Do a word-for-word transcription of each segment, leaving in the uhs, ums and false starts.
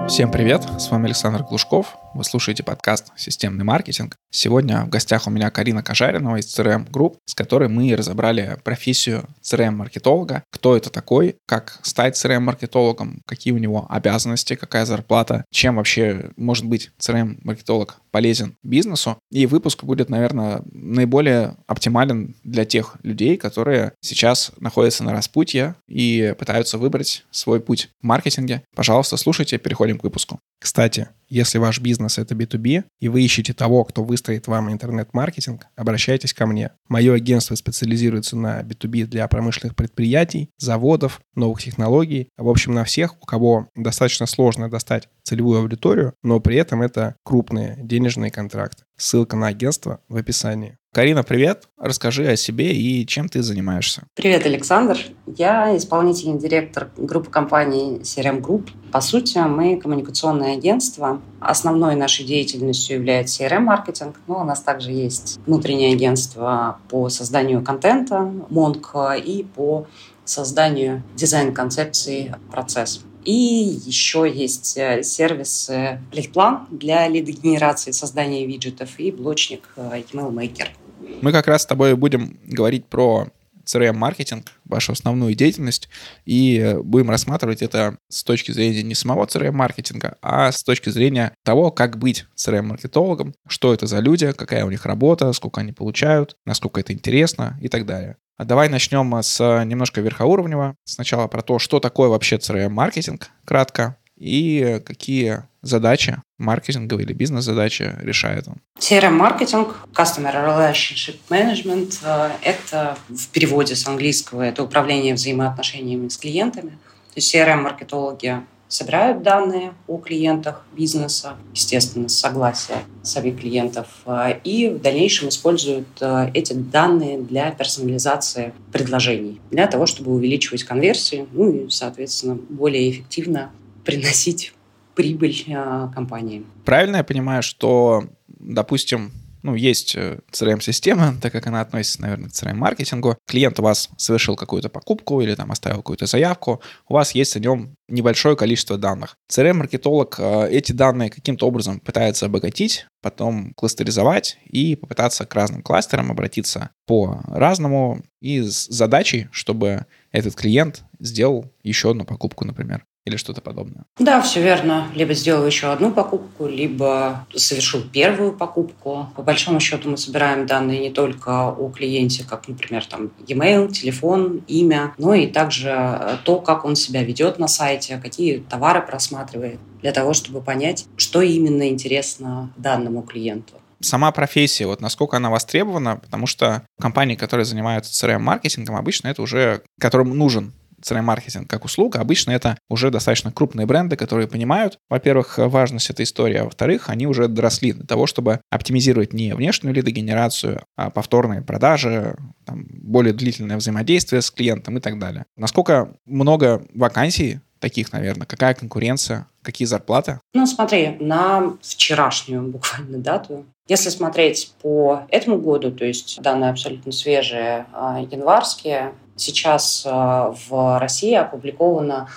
Всем привет, с вами Александр Глушков, вы слушаете подкаст «Системный маркетинг». Сегодня в гостях у меня Карина Кожаринова из си эр эм Group, с которой мы разобрали профессию си эр эм-маркетолога, кто это такой, как стать си эр эм-маркетологом, какие у него обязанности, какая зарплата, чем вообще может быть си эр эм-маркетолог полезен бизнесу. И выпуск будет, наверное, наиболее оптимален для тех людей, которые сейчас находятся на распутье и пытаются выбрать свой путь в маркетинге. Пожалуйста, слушайте, переходим к выпуску. Кстати, если ваш бизнес — это би ту би, и вы ищете того, кто выстроит вам интернет-маркетинг, обращайтесь ко мне. Мое агентство специализируется на би ту би для промышленных предприятий, заводов, новых технологий, в общем, на всех, у кого достаточно сложно достать целевую аудиторию, но при этом это крупные денежные контракты. Ссылка на агентство в описании. Карина, привет. Расскажи о себе и чем ты занимаешься. Привет, Александр. Я исполнительный директор группы компаний си эр эм Group. По сути, мы коммуникационное агентство. Основной нашей деятельностью является си эр эм-маркетинг, но у нас также есть внутреннее агентство по созданию контента, Монк, и по созданию дизайн-концепции процесса. И еще есть сервисы LeadPlan для лидогенерации, создания виджетов и блочник Email Maker. Мы как раз с тобой будем говорить про си эр эм-маркетинг, вашу основную деятельность, и будем рассматривать это с точки зрения не самого си эр эм-маркетинга, а с точки зрения того, как быть си эр эм-маркетологом, что это за люди, какая у них работа, сколько они получают, насколько это интересно и так далее. А давай начнем с немножко верхоуровневого. Сначала про то, что такое вообще си эр эм-маркетинг, кратко, и какие задачи маркетинговые или бизнес-задачи решает он. си эр эм-маркетинг, Customer Relationship Management, это в переводе с английского, это управление взаимоотношениями с клиентами. То есть си эр эм-маркетологи собирают данные о клиентах бизнеса, естественно, с согласия самих клиентов, и в дальнейшем используют эти данные для персонализации предложений, для того, чтобы увеличивать конверсии, ну и, соответственно, более эффективно приносить прибыль компании. Правильно я понимаю, что, допустим, ну, есть си эр эм-система, так как она относится, наверное, к си эр эм-маркетингу. Клиент у вас совершил какую-то покупку или там оставил какую-то заявку, у вас есть о нем небольшое количество данных. си эр эм-маркетолог эти данные каким-то образом пытается обогатить, потом кластеризовать и попытаться к разным кластерам обратиться по-разному и с задачей, чтобы этот клиент сделал еще одну покупку, например. Или что-то подобное. Да, все верно. Либо сделал еще одну покупку, либо совершил первую покупку. По большому счету мы собираем данные не только о клиенте, как, например, там e-mail, телефон, имя, но и также то, как он себя ведет на сайте, какие товары просматривает, для того, чтобы понять, что именно интересно данному клиенту. Сама профессия, вот насколько она востребована, потому что компании, которые занимаются си эр эм-маркетингом, обычно это уже, которым нужен си эр эм-маркетинг как услуга, обычно это уже достаточно крупные бренды, которые понимают, во-первых, важность этой истории, а во-вторых, они уже доросли до того, чтобы оптимизировать не внешнюю лидогенерацию, а повторные продажи, там, более длительное взаимодействие с клиентом и так далее. Насколько много вакансий таких, наверное, какая конкуренция, какие зарплаты? Ну, смотри, на вчерашнюю буквально дату, если смотреть по этому году, то есть данные абсолютно свежие, январские, сейчас в России опубликовано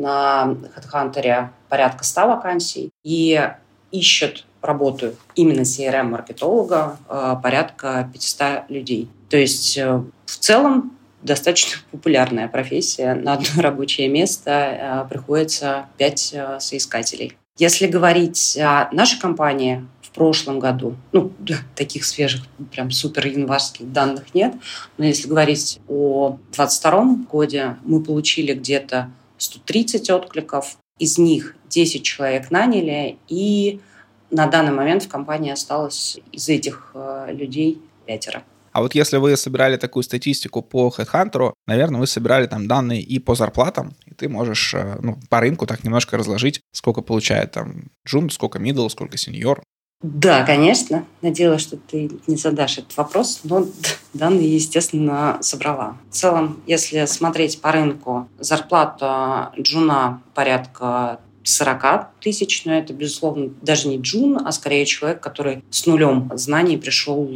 на HeadHunter порядка ста вакансий, и ищут работу именно си эр эм-маркетолога порядка пятьсот людей. То есть в целом достаточно популярная профессия. На одно рабочее место приходится пять соискателей. Если говорить о нашей компании, в прошлом году, ну, таких свежих, прям супер январских данных нет, но если говорить о двадцать втором году, мы получили где-то сто тридцать откликов, из них десять человек наняли, и на данный момент в компании осталось из этих э, людей пятеро. А вот если вы собирали такую статистику по HeadHunter, наверное, вы собирали там данные и по зарплатам, и ты можешь ну, по рынку так немножко разложить, сколько получает там джун, сколько middle, сколько senior. Да, конечно. Надеялась, что ты не задашь этот вопрос, но данные, естественно, собрала. В целом, если смотреть по рынку, зарплата джуна порядка сорок тысяч, но это, безусловно, даже не джун, а скорее человек, который с нулем знаний пришел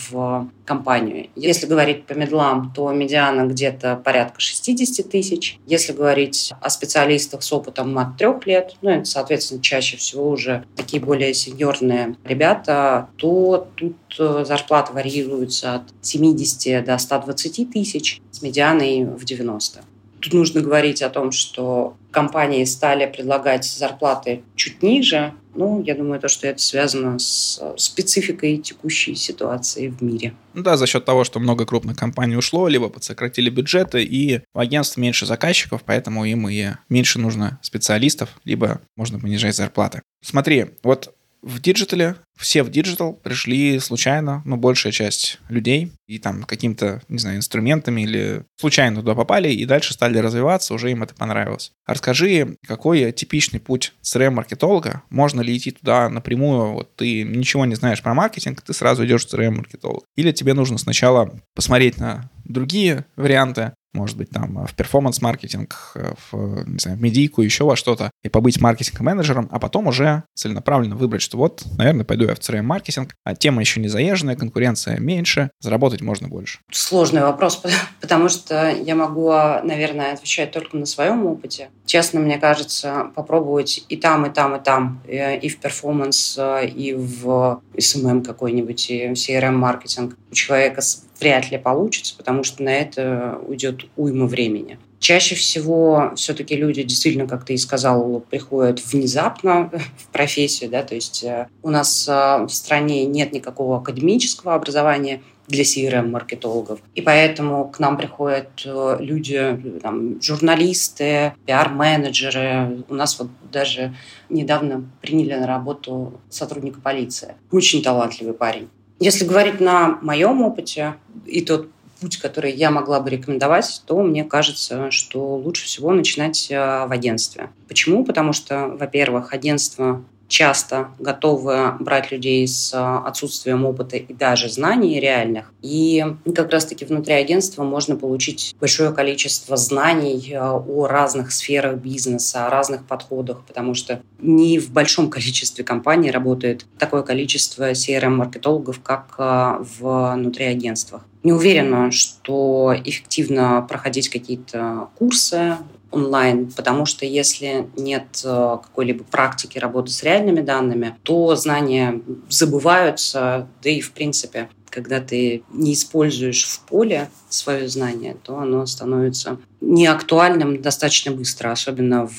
в компанию. Если говорить по медлам, то медиана где-то порядка шестьдесят тысяч. Если говорить о специалистах с опытом от трех лет, ну, это, соответственно, чаще всего уже такие более сеньорные ребята, то тут зарплата варьируется от семидесяти до ста двадцати тысяч с медианой в девяносто. Тут нужно говорить о том, что компании стали предлагать зарплаты чуть ниже. Ну, я думаю, то, что это связано с спецификой текущей ситуации в мире. Ну да, за счет того, что много крупных компаний ушло, либо подсократили бюджеты, и у агентств меньше заказчиков, поэтому им и меньше нужно специалистов, либо можно понижать зарплаты. Смотри, вот в диджитале, все в диджитал пришли случайно, ну, большая часть людей, и там каким-то, не знаю, инструментами или случайно туда попали, и дальше стали развиваться, уже им это понравилось. А расскажи, какой типичный путь си ар эм-маркетолога? Можно ли идти туда напрямую, вот ты ничего не знаешь про маркетинг, ты сразу идешь в си ар эм-маркетолог? Или тебе нужно сначала посмотреть на другие варианты, может быть, там в перформанс-маркетинг, в, не знаю, в медийку, еще во что-то, и побыть маркетинг-менеджером, а потом уже целенаправленно выбрать, что вот, наверное, пойду я в си ар эм-маркетинг, а тема еще не заезженная, конкуренция меньше, заработать можно больше. Сложный вопрос, потому что я могу, наверное, отвечать только на своем опыте. Честно, мне кажется, попробовать и там, и там, и там, и в перформанс, и в эс эм эм какой-нибудь, и в си ар эм-маркетинг у человека вряд ли получится, потому что на это уйдет уйма времени. Чаще всего все-таки люди действительно, как ты и сказал, приходят внезапно в профессию, да, то есть у нас в стране нет никакого академического образования для си ар эм-маркетологов, и поэтому к нам приходят люди, там, журналисты, пиар-менеджеры. У нас вот даже недавно приняли на работу сотрудника полиции. Очень талантливый парень. Если говорить на моем опыте и тот путь, который я могла бы рекомендовать, то мне кажется, что лучше всего начинать в агентстве. Почему? Потому что, во-первых, агентство часто готовы брать людей с отсутствием опыта и даже знаний реальных. И как раз-таки внутри агентства можно получить большое количество знаний о разных сферах бизнеса, о разных подходах, потому что не в большом количестве компаний работает такое количество си ар эм-маркетологов, как внутри агентствах. Не уверена, что эффективно проходить какие-то курсы онлайн, потому что если нет какой-либо практики работы с реальными данными, то знания забываются, да и в принципе, когда ты не используешь в поле свое знание, то оно становится неактуальным достаточно быстро, особенно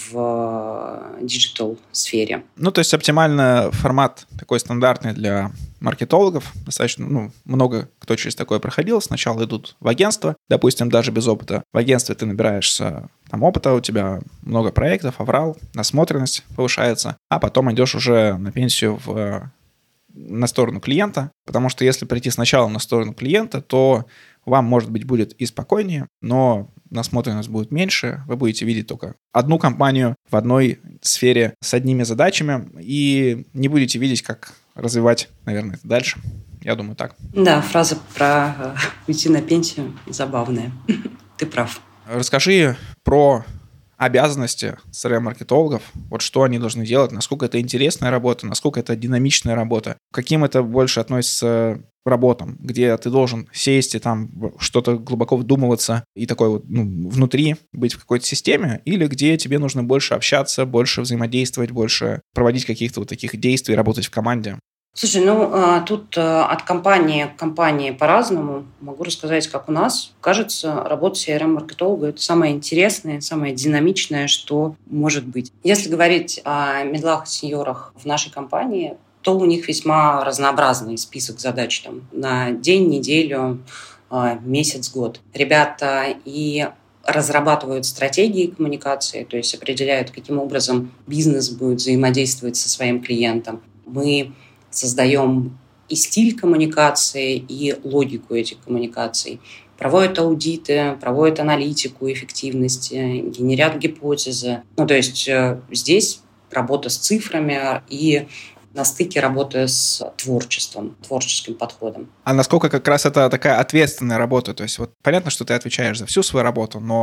в диджитал-сфере. Ну, то есть оптимальный формат такой стандартный для маркетологов. Достаточно, ну, много кто через такое проходил. Сначала идут в агентство, допустим, даже без опыта. В агентстве ты набираешься там опыта, у тебя много проектов, аврал, насмотренность повышается, а потом идешь уже на пенсию в на сторону клиента, потому что если прийти сначала на сторону клиента, то вам, может быть, будет и спокойнее, но насмотренность будет меньше, вы будете видеть только одну компанию в одной сфере с одними задачами и не будете видеть, как развивать, наверное, это дальше. Я думаю, так. Да, фраза про уйти на пенсию забавная. Ты прав. Расскажи про обязанности си ар эм-маркетологов, вот что они должны делать, насколько это интересная работа, насколько это динамичная работа, каким это больше относится к работам, где ты должен сесть и там что-то глубоко вдумываться и такой вот, ну, внутри быть в какой-то системе, или где тебе нужно больше общаться, больше взаимодействовать, больше проводить каких-то вот таких действий, работать в команде. Слушай, ну тут от компании к компании по-разному. Могу рассказать, как у нас. Кажется, работа си ар эм-маркетолога – это самое интересное, самое динамичное, что может быть. Если говорить о медлах и сеньорах в нашей компании, то у них весьма разнообразный список задач там, на день, неделю, месяц, год. Ребята и разрабатывают стратегии коммуникации, то есть определяют, каким образом бизнес будет взаимодействовать со своим клиентом. Мы создаем и стиль коммуникации, и логику этих коммуникаций. Проводят аудиты, проводят аналитику эффективности, генерят гипотезы. Ну, то есть здесь работа с цифрами и на стыке работы с творчеством, творческим подходом. А насколько как раз это такая ответственная работа? То есть вот понятно, что ты отвечаешь за всю свою работу, но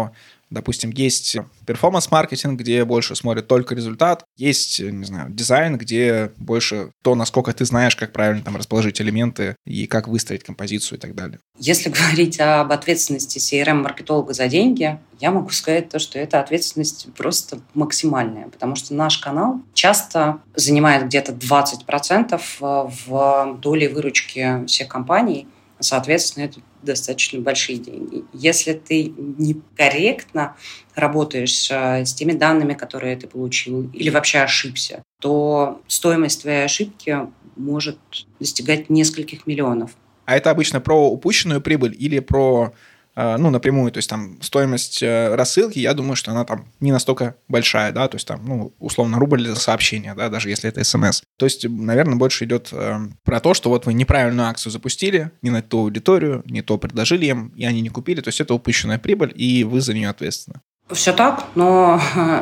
Допустим, есть перформанс-маркетинг, где больше смотрят только результат. Есть, не знаю, дизайн, где больше то, насколько ты знаешь, как правильно там расположить элементы и как выстроить композицию и так далее. Если говорить об ответственности си эр эм-маркетолога за деньги, я могу сказать то, что эта ответственность просто максимальная, потому что наш канал часто занимает где-то двадцать процентов в доле выручки всех компаний. Соответственно, это достаточно большие деньги. Если ты некорректно работаешь с теми данными, которые ты получил, или вообще ошибся, то стоимость твоей ошибки может достигать нескольких миллионов. А это обычно про упущенную прибыль или про, ну, напрямую, то есть там стоимость рассылки, я думаю, что она там не настолько большая, да, то есть там, ну, условно, рубль за сообщение, да, даже если это эс эм эс. То есть, наверное, больше идет э, про то, что вот вы неправильную акцию запустили, не на ту аудиторию, не то предложили им, и они не купили, то есть это упущенная прибыль, и вы за нее ответственны. Все так, но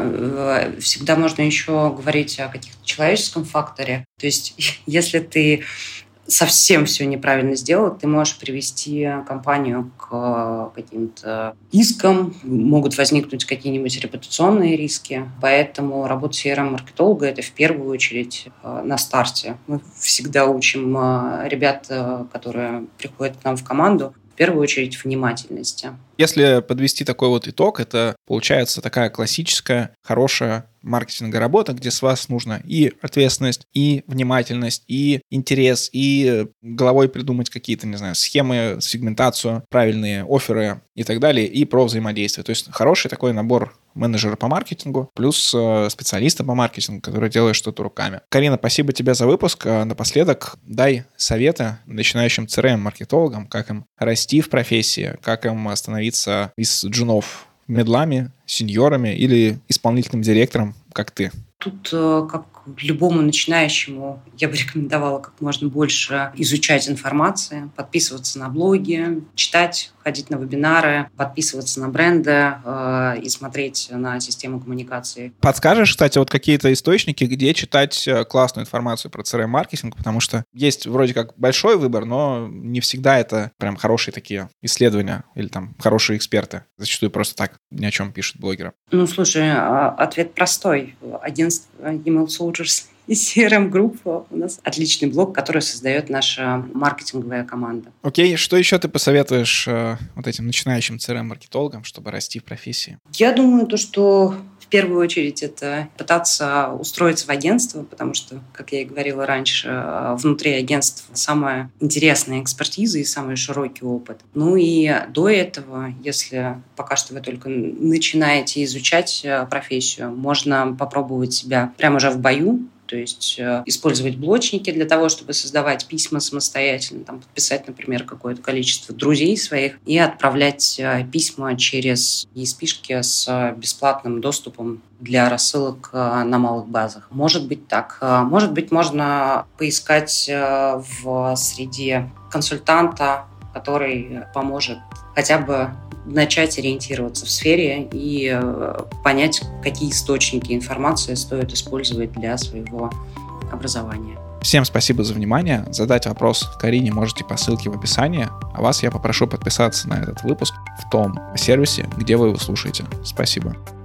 всегда можно еще говорить о каких-то человеческом факторе. То есть, если ты совсем все неправильно сделал, ты можешь привести компанию к каким-то искам, могут возникнуть какие-нибудь репутационные риски. Поэтому работа си эр эм-маркетолога – это в первую очередь на старте. Мы всегда учим ребят, которые приходят к нам в команду, в первую очередь внимательности. Если подвести такой вот итог, это получается такая классическая, хорошая маркетинговая работа, где с вас нужно и ответственность, и внимательность, и интерес, и головой придумать какие-то, не знаю, схемы, сегментацию, правильные офферы и так далее, и про взаимодействие. То есть хороший такой набор менеджера по маркетингу, плюс э, специалиста по маркетингу, который делает что-то руками. Карина, спасибо тебе за выпуск. А напоследок дай советы начинающим си эр эм-маркетологам, как им расти в профессии, как им становиться из джунов медлами, сеньорами или исполнительным директором, как ты. Тут, как любому начинающему, я бы рекомендовала как можно больше изучать информацию, подписываться на блоги, читать, ходить на вебинары, подписываться на бренды э, и смотреть на систему коммуникации. Подскажешь, кстати, вот какие-то источники, где читать классную информацию про си эр эм-маркетинг, потому что есть вроде как большой выбор, но не всегда это прям хорошие такие исследования или там хорошие эксперты. Зачастую просто так ни о чем пишут блогеры. Ну, слушай, ответ простой. Агентство Email Soldiers и си эр эм-групп у нас отличный блог, который создает наша маркетинговая команда. Окей, что еще ты посоветуешь э, вот этим начинающим си эр эм-маркетологам, чтобы расти в профессии? Я думаю, то, что в первую очередь это пытаться устроиться в агентство, потому что, как я и говорила раньше, внутри агентства самая интересная экспертиза и самый широкий опыт. Ну и до этого, если пока что вы только начинаете изучать профессию, можно попробовать себя прямо уже в бою, то есть э, использовать блочники для того, чтобы создавать письма самостоятельно, там, подписать, например, какое-то количество друзей своих и отправлять э, письма через и эс пи-шки с э, бесплатным доступом для рассылок э, на малых базах. Может быть так. Э, может быть, можно поискать э, в среде консультанта, который поможет хотя бы начать ориентироваться в сфере и э, понять, какие источники информации стоит использовать для своего образования. Всем спасибо за внимание. Задать вопрос Карине можете по ссылке в описании. А вас я попрошу подписаться на этот выпуск в том сервисе, где вы его слушаете. Спасибо.